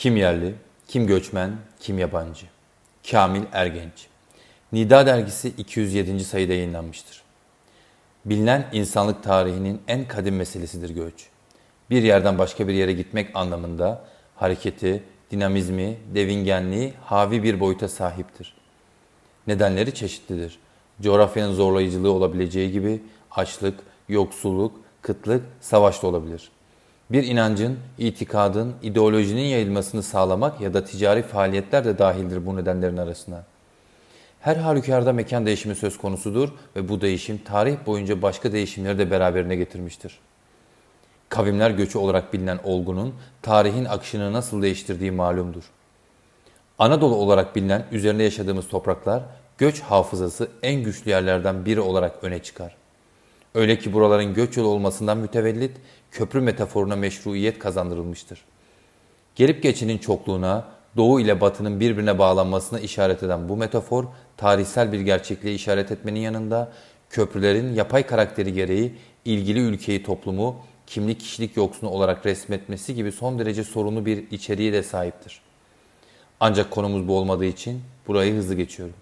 Kim yerli, kim göçmen, kim yabancı. Kamil Ergenç. Nida dergisi 207. sayıda yayınlanmıştır. Bilinen insanlık tarihinin en kadim meselesidir göç. Bir yerden başka bir yere gitmek anlamında hareketi, dinamizmi, devingenliği havi bir boyuta sahiptir. Nedenleri çeşitlidir. Coğrafyanın zorlayıcılığı olabileceği gibi açlık, yoksulluk, kıtlık, savaş da olabilir. Bir inancın, itikadın, ideolojinin yayılmasını sağlamak ya da ticari faaliyetler de dahildir bu nedenlerin arasına. Her halükarda mekan değişimi söz konusudur ve bu değişim tarih boyunca başka değişimleri de beraberine getirmiştir. Kavimler göçü olarak bilinen olgunun tarihin akışını nasıl değiştirdiği malumdur. Anadolu olarak bilinen üzerinde yaşadığımız topraklar göç hafızası en güçlü yerlerden biri olarak öne çıkar. Öyle ki buraların göç yolu olmasından mütevellit köprü metaforuna meşruiyet kazandırılmıştır. Gelip geçinin çokluğuna, doğu ile batının birbirine bağlanmasına işaret eden bu metafor, tarihsel bir gerçekliğe işaret etmenin yanında köprülerin yapay karakteri gereği ilgili ülkeyi toplumu, kimlik kişilik yoksunu olarak resmetmesi gibi son derece sorunlu bir içeriğe de sahiptir. Ancak konumuz bu olmadığı için burayı hızlı geçiyorum.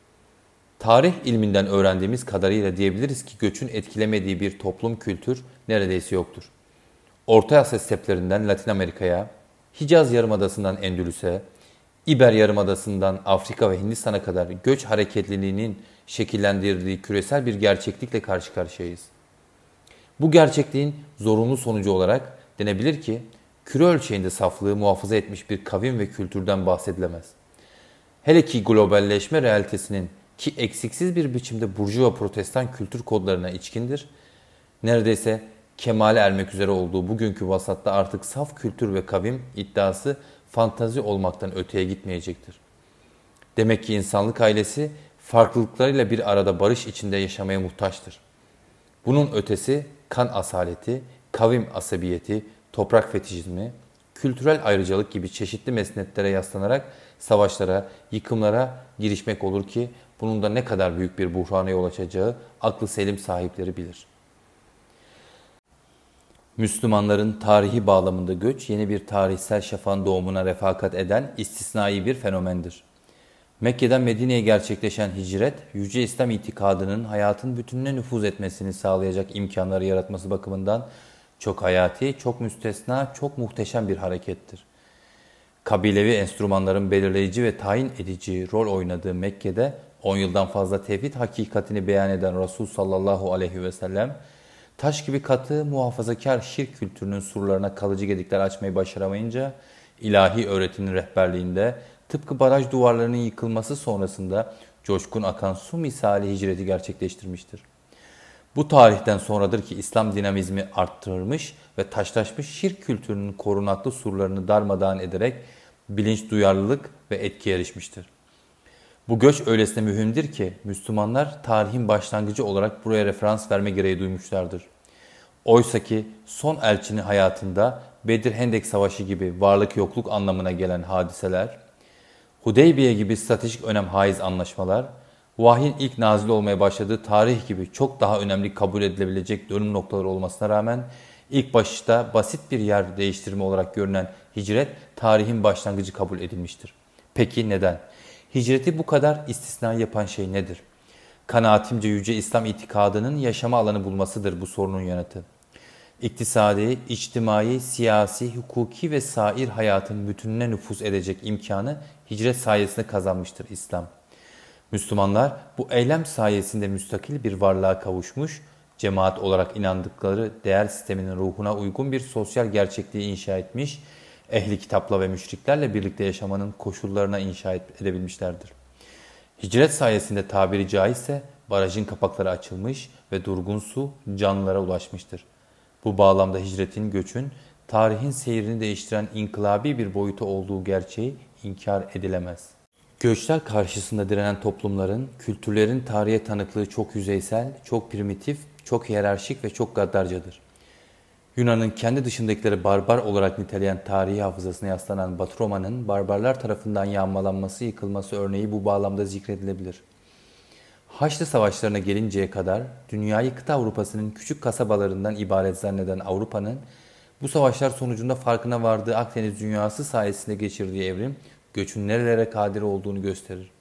Tarih ilminden öğrendiğimiz kadarıyla diyebiliriz ki göçün etkilemediği bir toplum kültür neredeyse yoktur. Orta Asya steplerinden Latin Amerika'ya, Hicaz Yarımadası'ndan Endülüs'e, İber Yarımadası'ndan Afrika ve Hindistan'a kadar göç hareketliliğinin şekillendirdiği küresel bir gerçeklikle karşı karşıyayız. Bu gerçekliğin zorunlu sonucu olarak denebilir ki, küre ölçeğinde saflığı muhafaza etmiş bir kavim ve kültürden bahsedilemez. Hele ki globalleşme realitesinin ki eksiksiz bir biçimde burjuva protestan kültür kodlarına içkindir, neredeyse kemale ermek üzere olduğu bugünkü vasatta artık saf kültür ve kavim iddiası fantazi olmaktan öteye gitmeyecektir. Demek ki insanlık ailesi farklılıklarıyla bir arada barış içinde yaşamaya muhtaçtır. Bunun ötesi kan asaleti, kavim asabiyeti, toprak fetişizmi, kültürel ayrıcalık gibi çeşitli mesnetlere yaslanarak savaşlara, yıkımlara girişmek olur ki bunun da ne kadar büyük bir buhrana yol açacağı aklı selim sahipleri bilir. Müslümanların tarihi bağlamında göç yeni bir tarihsel şafağın doğumuna refakat eden istisnai bir fenomendir. Mekke'den Medine'ye gerçekleşen hicret, Yüce İslam itikadının hayatın bütününe nüfuz etmesini sağlayacak imkanları yaratması bakımından çok hayati, çok müstesna, çok muhteşem bir harekettir. Kabilevi enstrümanların belirleyici ve tayin edici rol oynadığı Mekke'de 10 yıldan fazla tevhid hakikatini beyan eden Resul sallallahu aleyhi ve sellem, taş gibi katı, muhafazakar şirk kültürünün surlarına kalıcı gedikler açmayı başaramayınca, ilahi öğretinin rehberliğinde tıpkı baraj duvarlarının yıkılması sonrasında coşkun akan su misali hicreti gerçekleştirmiştir. Bu tarihten sonradır ki İslam dinamizmi arttırılmış ve taşlaşmış şirk kültürünün korunaklı surlarını darmadağın ederek bilinç, duyarlılık ve etkiye erişmiştir. Bu göç öylesine mühimdir ki Müslümanlar tarihin başlangıcı olarak buraya referans verme gereği duymuşlardır. Oysa ki son elçinin hayatında Bedir Hendek Savaşı gibi varlık yokluk anlamına gelen hadiseler, Hudeybiye gibi stratejik önem haiz anlaşmalar, vahyin ilk nazil olmaya başladığı tarih gibi çok daha önemli kabul edilebilecek dönüm noktaları olmasına rağmen ilk başta basit bir yer değiştirme olarak görünen hicret tarihin başlangıcı kabul edilmiştir. Peki neden? Hicreti bu kadar istisna yapan şey nedir? Kanaatimce Yüce İslam itikadının yaşama alanı bulmasıdır bu sorunun yanıtı. İktisadi, içtimai, siyasi, hukuki ve sair hayatın bütününe nüfuz edecek imkanı hicret sayesinde kazanmıştır İslam. Müslümanlar bu eylem sayesinde müstakil bir varlığa kavuşmuş, cemaat olarak inandıkları değer sisteminin ruhuna uygun bir sosyal gerçekliği inşa etmiş, ehli kitapla ve müşriklerle birlikte yaşamanın koşullarına inşa edebilmişlerdir. Hicret sayesinde tabiri caizse barajın kapakları açılmış ve durgun su canlılara ulaşmıştır. Bu bağlamda hicretin, göçün, tarihin seyrini değiştiren inkılabi bir boyutu olduğu gerçeği inkar edilemez. Göçler karşısında direnen toplumların, kültürlerin tarihe tanıklığı çok yüzeysel, çok primitif, çok hiyerarşik ve çok gaddarcadır. Yunan'ın kendi dışındakileri barbar olarak niteleyen tarihi hafızasına yaslanan Batı Roma'nın barbarlar tarafından yağmalanması, yıkılması örneği bu bağlamda zikredilebilir. Haçlı savaşlarına gelinceye kadar dünyayı kıta Avrupa'sının küçük kasabalarından ibaret zanneden Avrupa'nın Bu savaşlar sonucunda farkına vardığı Akdeniz dünyası sayesinde geçirdiği evrim, göçün nerelere kadir olduğunu gösterir.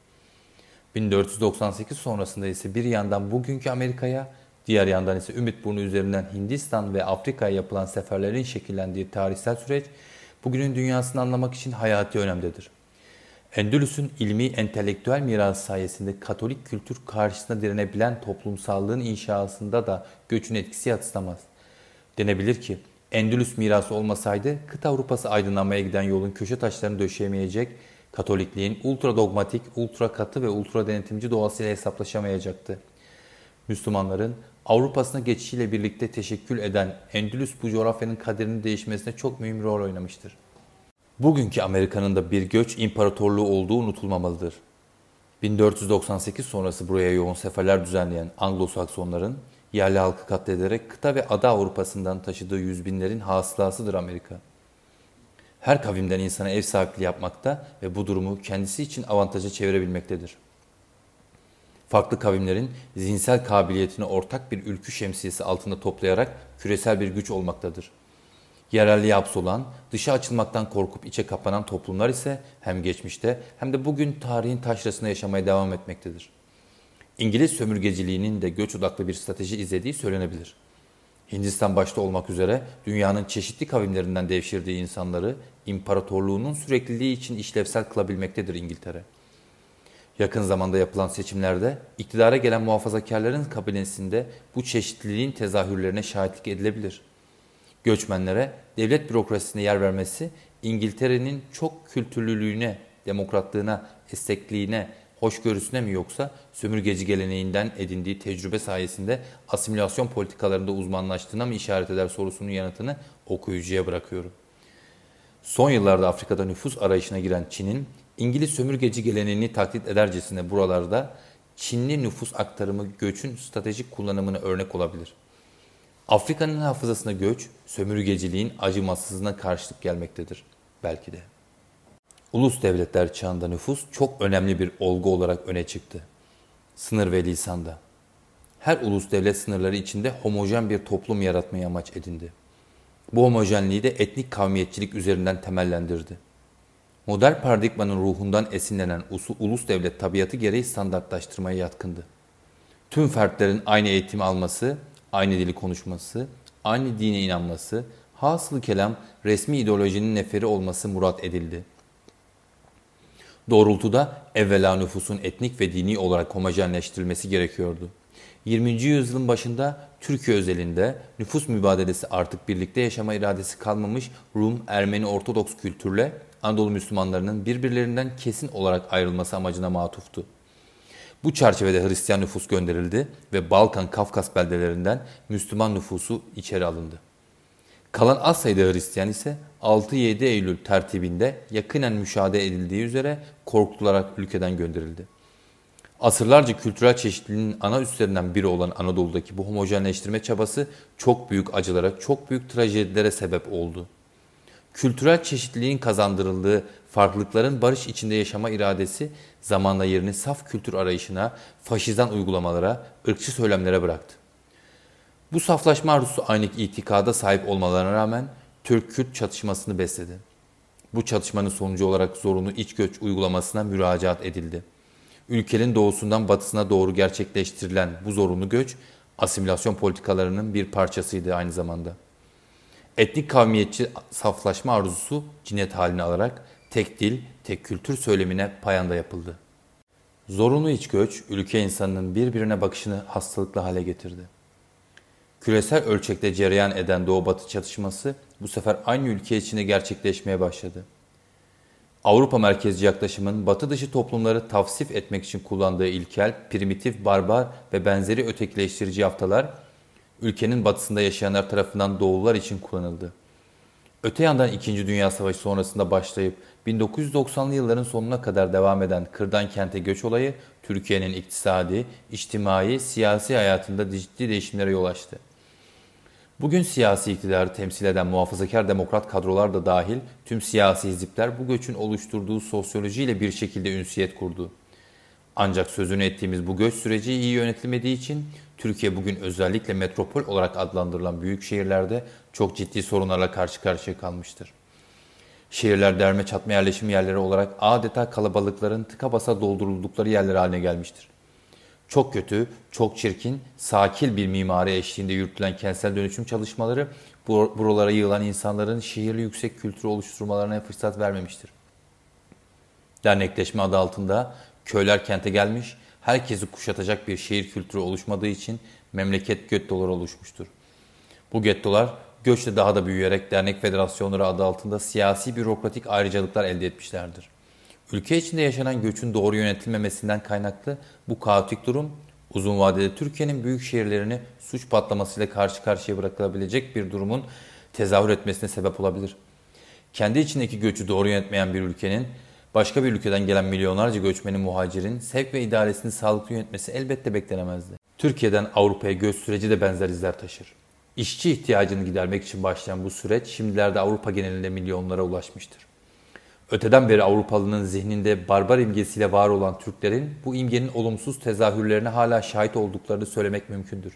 1498 sonrasında ise bir yandan bugünkü Amerika'ya, diğer yandan ise Ümitburnu üzerinden Hindistan ve Afrika'ya yapılan seferlerin şekillendiği tarihsel süreç, bugünün dünyasını anlamak için hayati önemdedir. Endülüs'ün ilmi entelektüel mirası sayesinde Katolik kültür karşısında direnebilen toplumsallığın inşasında da göçün etkisi yadsınamaz. Denebilir ki Endülüs mirası olmasaydı kıta Avrupası aydınlanmaya giden yolun köşe taşlarını döşeyemeyecek, Katolikliğin ultra dogmatik, ultra katı ve ultra denetimci doğasıyla hesaplaşamayacaktı. Müslümanların Avrupa'sına geçişiyle birlikte teşekkül eden Endülüs bu coğrafyanın kaderinin değişmesine çok mühim rol oynamıştır. Bugünkü Amerika'nın da bir göç imparatorluğu olduğu unutulmamalıdır. 1498 sonrası buraya yoğun seferler düzenleyen Anglo-Saksonların yerli halkı katlederek kıta ve ada Avrupa'sından taşıdığı yüz binlerin hasılasıdır Amerika. Her kavimden insana ev sahipliği yapmakta ve bu durumu kendisi için avantaja çevirebilmektedir. Farklı kavimlerin zihinsel kabiliyetini ortak bir ülkü şemsiyesi altında toplayarak küresel bir güç olmaktadır. Yerelliğe hapsolan, dışa açılmaktan korkup içe kapanan toplumlar ise hem geçmişte hem de bugün tarihin taşrasında yaşamaya devam etmektedir. İngiliz sömürgeciliğinin de göç odaklı bir strateji izlediği söylenebilir. Hindistan başta olmak üzere dünyanın çeşitli kavimlerinden devşirdiği insanları imparatorluğunun sürekliliği için işlevsel kılabilmektedir İngiltere. Yakın zamanda yapılan seçimlerde iktidara gelen muhafazakarların kabinesinde bu çeşitliliğin tezahürlerine şahitlik edilebilir. Göçmenlere devlet bürokrasisine yer vermesi İngiltere'nin çok kültürlülüğüne, demokratlığına, esnekliğine, hoşgörüsüne mi yoksa sömürgeci geleneğinden edindiği tecrübe sayesinde asimilasyon politikalarında uzmanlaştığına mı işaret eder sorusunun yanıtını okuyucuya bırakıyorum. Son yıllarda Afrika'da nüfus arayışına giren Çin'in İngiliz sömürgeci geleneğini taklit edercesine buralarda Çinli nüfus aktarımı göçün stratejik kullanımına örnek olabilir. Afrika'nın hafızasına göç, sömürgeciliğin acımasızlığına karşılık gelmektedir belki de. Ulus devletler çağında nüfus çok önemli bir olgu olarak öne çıktı. Sınır ve lisanda. Her ulus devlet sınırları içinde homojen bir toplum yaratmayı amaç edindi. Bu homojenliği de etnik kavmiyetçilik üzerinden temellendirdi. Modern paradigmanın ruhundan esinlenen ulus devlet tabiatı gereği standartlaştırmaya yatkındı. Tüm fertlerin aynı eğitimi alması, aynı dili konuşması, aynı dine inanması, hasılı kelam resmi ideolojinin neferi olması murat edildi. Doğrultuda evvela nüfusun etnik ve dini olarak homojenleştirilmesi gerekiyordu. 20. yüzyılın başında Türkiye özelinde nüfus mübadelesi artık birlikte yaşama iradesi kalmamış Rum, Ermeni Ortodoks kültürle Anadolu Müslümanlarının birbirlerinden kesin olarak ayrılması amacına matuftu. Bu çerçevede Hristiyan nüfus gönderildi ve Balkan, Kafkas beldelerinden Müslüman nüfusu içeri alındı. Kalan az sayıda Hristiyan ise 6-7 Eylül tertibinde yakinen müşahede edildiği üzere korkutularak ülkeden gönderildi. Asırlarca kültürel çeşitliliğin ana üslerinden biri olan Anadolu'daki bu homojenleştirme çabası çok büyük acılara, çok büyük trajedilere sebep oldu. Kültürel çeşitliliğin kazandırıldığı farklılıkların barış içinde yaşama iradesi zamanla yerini saf kültür arayışına, faşizan uygulamalara, ırkçı söylemlere bıraktı. Bu saflaşma arzusu aynı itikada sahip olmalarına rağmen Türk-Kürt çatışmasını besledi. Bu çatışmanın sonucu olarak zorunlu iç göç uygulamasına müracaat edildi. Ülkenin doğusundan batısına doğru gerçekleştirilen bu zorunlu göç, asimilasyon politikalarının bir parçasıydı aynı zamanda. Etnik kavmiyetçi saflaşma arzusu cinnet halini alarak tek dil, tek kültür söylemine payanda yapıldı. Zorunlu iç göç, ülke insanının birbirine bakışını hastalıklı hale getirdi. Küresel ölçekte cereyan eden Doğu-Batı çatışması bu sefer aynı ülke içinde gerçekleşmeye başladı. Avrupa merkezci yaklaşımın Batı dışı toplumları tavsif etmek için kullandığı ilkel, primitif, barbar ve benzeri ötekileştirici yaftalar, ülkenin batısında yaşayanlar tarafından Doğullar için kullanıldı. Öte yandan 2. Dünya Savaşı sonrasında başlayıp 1990'lı yılların sonuna kadar devam eden kırdan kente göç olayı, Türkiye'nin iktisadi, içtimai, siyasi hayatında ciddi değişimlere yol açtı. Bugün siyasi iktidarı temsil eden muhafazakar demokrat kadrolar da dahil tüm siyasi hizipler bu göçün oluşturduğu sosyolojiyle bir şekilde ünsiyet kurdu. Ancak sözünü ettiğimiz bu göç süreci iyi yönetilmediği için Türkiye bugün özellikle metropol olarak adlandırılan büyük şehirlerde çok ciddi sorunlarla karşı karşıya kalmıştır. Şehirler derme çatma yerleşim yerleri olarak adeta kalabalıkların tıka basa dolduruldukları yerler haline gelmiştir. Çok kötü, çok çirkin, sakil bir mimari eşliğinde yürütülen kentsel dönüşüm çalışmaları buralara yığılan insanların şehirli yüksek kültürü oluşturmalarına fırsat vermemiştir. Dernekleşme adı altında köyler kente gelmiş, herkesi kuşatacak bir şehir kültürü oluşmadığı için memleket gettoları oluşmuştur. Bu gettolar göçle daha da büyüyerek dernek federasyonları adı altında siyasi bürokratik ayrıcalıklar elde etmişlerdir. Ülke içinde yaşanan göçün doğru yönetilmemesinden kaynaklı bu kaotik durum uzun vadede Türkiye'nin büyük şehirlerini suç patlamasıyla karşı karşıya bırakılabilecek bir durumun tezahür etmesine sebep olabilir. Kendi içindeki göçü doğru yönetmeyen bir ülkenin başka bir ülkeden gelen milyonlarca göçmenin, muhacirin sevk ve idaresini sağlıklı yönetmesi elbette beklenemezdi. Türkiye'den Avrupa'ya göç süreci de benzer izler taşır. İşçi ihtiyacını gidermek için başlayan bu süreç şimdilerde Avrupa genelinde milyonlara ulaşmıştır. Öteden beri Avrupalının zihninde barbar imgesiyle var olan Türklerin bu imgenin olumsuz tezahürlerine hala şahit olduklarını söylemek mümkündür.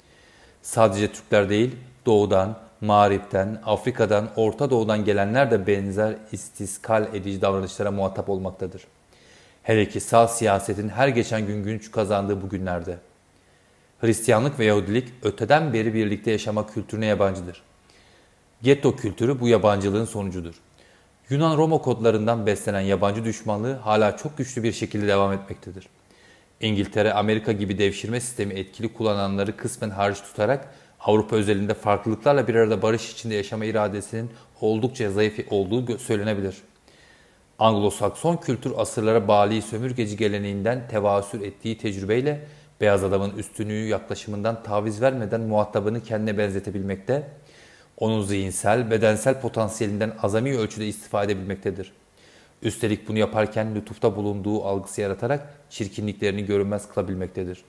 Sadece Türkler değil, Doğu'dan, Mağrip'ten, Afrika'dan, Orta Doğu'dan gelenler de benzer istiskal edici davranışlara muhatap olmaktadır. Hele ki sağ siyasetin her geçen gün güç kazandığı bu günlerde. Hristiyanlık ve Yahudilik öteden beri birlikte yaşama kültürüne yabancıdır. Getto kültürü bu yabancılığın sonucudur. Yunan-Roma kodlarından beslenen yabancı düşmanlığı hala çok güçlü bir şekilde devam etmektedir. İngiltere, Amerika gibi devşirme sistemi etkili kullananları kısmen hariç tutarak Avrupa özelinde farklılıklarla bir arada barış içinde yaşama iradesinin oldukça zayıf olduğu söylenebilir. Anglo-Sakson kültür asırlara bali sömürgeci geleneğinden tevasül ettiği tecrübeyle beyaz adamın üstünlüğü yaklaşımından taviz vermeden muhatabını kendine benzetebilmekte, onun zihinsel, bedensel potansiyelinden azami ölçüde istifade edebilmektedir. Üstelik bunu yaparken lütufta bulunduğu algısı yaratarak çirkinliklerini görünmez kılabilmektedir.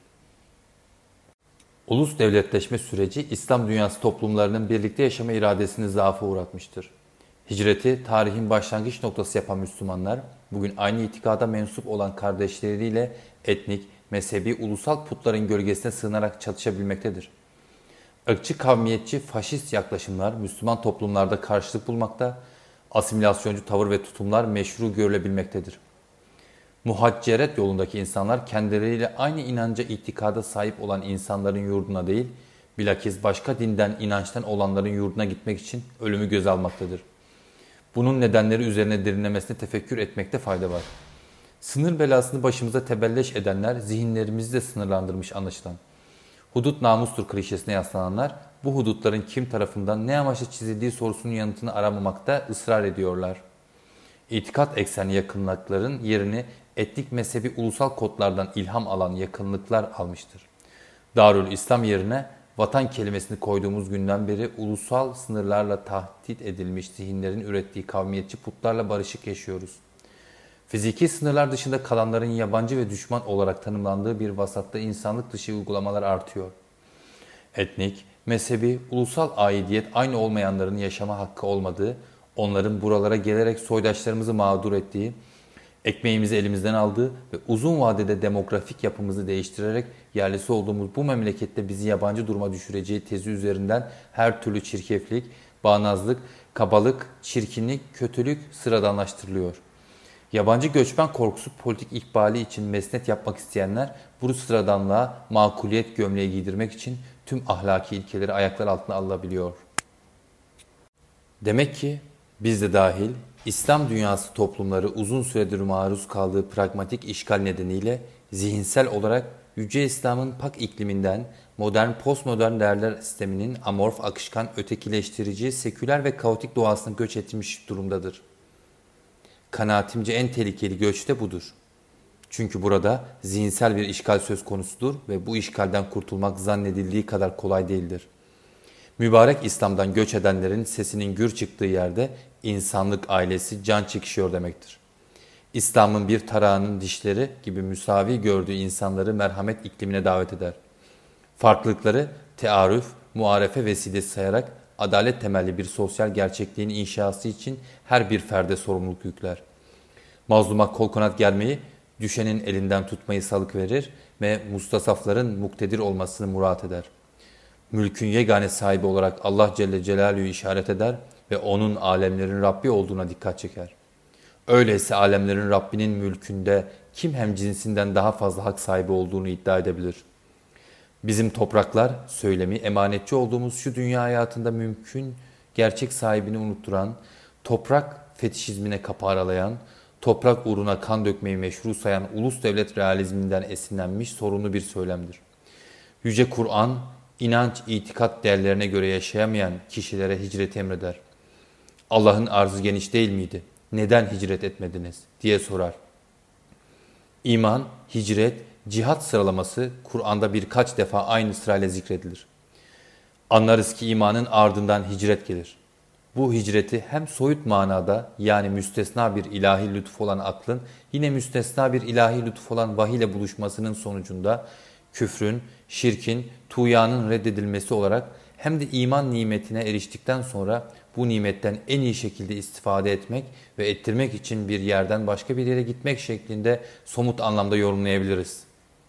Ulus devletleşme süreci İslam dünyası toplumlarının birlikte yaşama iradesini zaafa uğratmıştır. Hicreti tarihin başlangıç noktası yapan Müslümanlar, bugün aynı itikada mensup olan kardeşleriyle etnik, mezhebi, ulusal putların gölgesine sığınarak çatışabilmektedir. Irkçı, kavmiyetçi, faşist yaklaşımlar Müslüman toplumlarda karşılık bulmakta, asimilasyoncu tavır ve tutumlar meşru görülebilmektedir. Muhacceret yolundaki insanlar kendileriyle aynı inanca, itikada sahip olan insanların yurduna değil, bilakis başka dinden, inançtan olanların yurduna gitmek için ölümü göze almaktadır. Bunun nedenleri üzerine derinlemesine tefekkür etmekte fayda var. Sınır belasını başımıza tebelleş edenler zihinlerimizi de sınırlandırmış anlaşılan. Hudut namustur klişesine yaslananlar bu hudutların kim tarafından ne amaçla çizildiği sorusunun yanıtını aramamakta ısrar ediyorlar. İtikat eksenli yakınlıkların yerini etnik, mezhebi, ulusal kodlardan ilham alan yakınlıklar almıştır. Darül İslam yerine vatan kelimesini koyduğumuz günden beri ulusal sınırlarla tahdit edilmiş zihinlerin ürettiği kavmiyetçi putlarla barışık yaşıyoruz. Fiziki sınırlar dışında kalanların yabancı ve düşman olarak tanımlandığı bir vasatta insanlık dışı uygulamalar artıyor. Etnik, mezhebi, ulusal aidiyet aynı olmayanların yaşama hakkı olmadığı, onların buralara gelerek soydaşlarımızı mağdur ettiği, ekmeğimizi elimizden aldığı ve uzun vadede demografik yapımızı değiştirerek yerlisi olduğumuz bu memlekette bizi yabancı duruma düşüreceği tezi üzerinden her türlü çirkeflik, bağnazlık, kabalık, çirkinlik, kötülük sıradanlaştırılıyor. Yabancı göçmen korkusu politik ikbali için mesnet yapmak isteyenler bu sıradanlığa makuliyet gömleği giydirmek için tüm ahlaki ilkeleri ayaklar altına alabiliyor. Demek ki biz de dahil İslam dünyası toplumları uzun süredir maruz kaldığı pragmatik işgal nedeniyle zihinsel olarak Yüce İslam'ın pak ikliminden modern postmodern değerler sisteminin amorf, akışkan, ötekileştirici, seküler ve kaotik doğasına göç etmiş durumdadır. Kanaatimce en tehlikeli göç de budur. Çünkü burada zihinsel bir işgal söz konusudur ve bu işgalden kurtulmak zannedildiği kadar kolay değildir. Mübarek İslam'dan göç edenlerin sesinin gür çıktığı yerde insanlık ailesi can çekişiyor demektir. İslam'ın bir tarağının dişleri gibi müsavi gördüğü insanları merhamet iklimine davet eder. Farklılıkları tearüf, muarefe vesilesi sayarak adalet temelli bir sosyal gerçekliğin inşası için her bir ferde sorumluluk yükler. Mazluma kol kanat germeyi, düşenin elinden tutmayı salık verir ve mustasafların muktedir olmasını murat eder. Mülkün yegane sahibi olarak Allah Celle Celaluhu'yu işaret eder ve onun alemlerin Rabbi olduğuna dikkat çeker. Öyleyse alemlerin Rabbinin mülkünde kim hem cinsinden daha fazla hak sahibi olduğunu iddia edebilir? Bizim topraklar söylemi emanetçi olduğumuz şu dünya hayatında mümkün gerçek sahibini unutturan, toprak fetişizmine kapı aralayan, toprak uğruna kan dökmeyi meşru sayan ulus devlet realizminden esinlenmiş sorunlu bir söylemdir. Yüce Kur'an, inanç, itikat değerlerine göre yaşayamayan kişilere hicret emreder. Allah'ın arzı geniş değil miydi? Neden hicret etmediniz? Diye sorar. İman, hicret, cihat sıralaması Kur'an'da birkaç defa aynı sırayla zikredilir. Anlarız ki imanın ardından hicret gelir. Bu hicreti hem soyut manada yani müstesna bir ilahi lütuf olan aklın yine müstesna bir ilahi lütuf olan vahiy ile buluşmasının sonucunda küfrün, şirkin, tuğyanın reddedilmesi olarak hem de iman nimetine eriştikten sonra bu nimetten en iyi şekilde istifade etmek ve ettirmek için bir yerden başka bir yere gitmek şeklinde somut anlamda yorumlayabiliriz.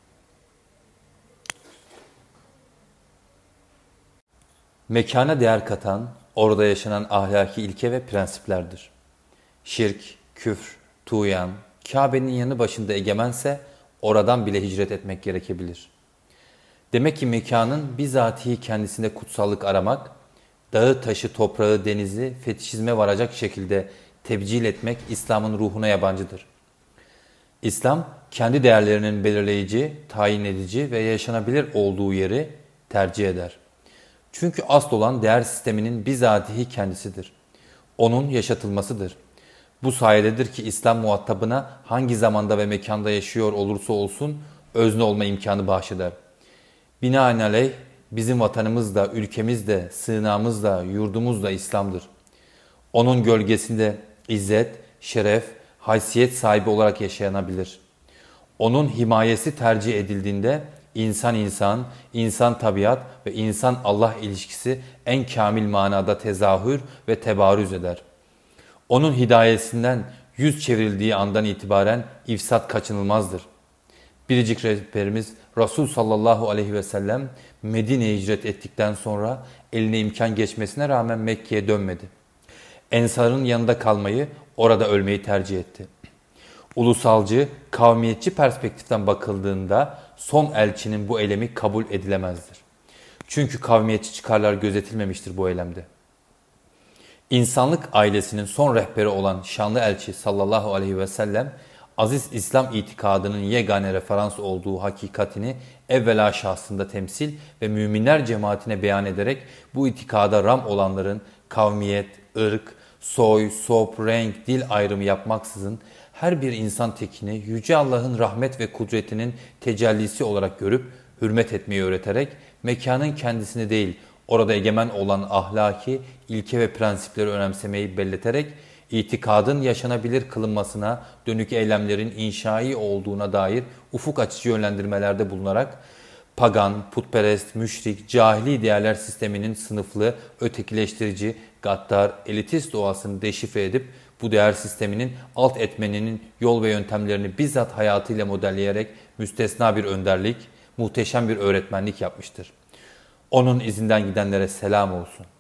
Mekana değer katan, orada yaşanan ahlaki ilke ve prensiplerdir. Şirk, küfr, tuğyan, Kabe'nin yanı başında egemense oradan bile hicret etmek gerekebilir. Demek ki mekanın bizatihi kendisinde kutsallık aramak, dağı, taşı, toprağı, denizi fetişizme varacak şekilde tebcil etmek İslam'ın ruhuna yabancıdır. İslam, kendi değerlerinin belirleyici, tayin edici ve yaşanabilir olduğu yeri tercih eder. Çünkü asıl olan değer sisteminin bizatihi kendisidir. Onun yaşatılmasıdır. Bu sayededir ki İslam muhatabına hangi zamanda ve mekanda yaşıyor olursa olsun özne olma imkanı bahşeder. Binaenaleyh bizim vatanımız da, ülkemiz de, sığınağımız da, yurdumuz da İslam'dır. Onun gölgesinde izzet, şeref, haysiyet sahibi olarak yaşayanabilir. Onun himayesi tercih edildiğinde insan, insan tabiat ve insan-Allah ilişkisi en kamil manada tezahür ve tebarüz eder. Onun hidayesinden yüz çevrildiği andan itibaren ifsat kaçınılmazdır. Biricik rehberimiz Resul sallallahu aleyhi ve sellem Medine'ye hicret ettikten sonra eline imkan geçmesine rağmen Mekke'ye dönmedi. Ensar'ın yanında kalmayı, orada ölmeyi tercih etti. Ulusalcı, kavmiyetçi perspektiften bakıldığında son elçinin bu eylemi kabul edilemezdir. Çünkü kavmiyetçi çıkarlar gözetilmemiştir bu eylemde. İnsanlık ailesinin son rehberi olan şanlı elçi sallallahu aleyhi ve sellem, aziz İslam itikadının yegane referans olduğu hakikatini evvela şahsında temsil ve müminler cemaatine beyan ederek bu itikada ram olanların kavmiyet, ırk, soy, sop, renk, dil ayrımı yapmaksızın her bir insan tekini Yüce Allah'ın rahmet ve kudretinin tecellisi olarak görüp hürmet etmeyi öğreterek mekanın kendisini değil orada egemen olan ahlaki, ilke ve prensipleri önemsemeyi belleterek itikadın yaşanabilir kılınmasına dönük eylemlerin inşai olduğuna dair ufuk açıcı yönlendirmelerde bulunarak pagan, putperest, müşrik, cahili değerler sisteminin sınıflı, ötekileştirici, gaddar, elitist doğasını deşifre edip bu değer sisteminin alt etmeninin yol ve yöntemlerini bizzat hayatıyla modelleyerek müstesna bir önderlik, muhteşem bir öğretmenlik yapmıştır. Onun izinden gidenlere selam olsun.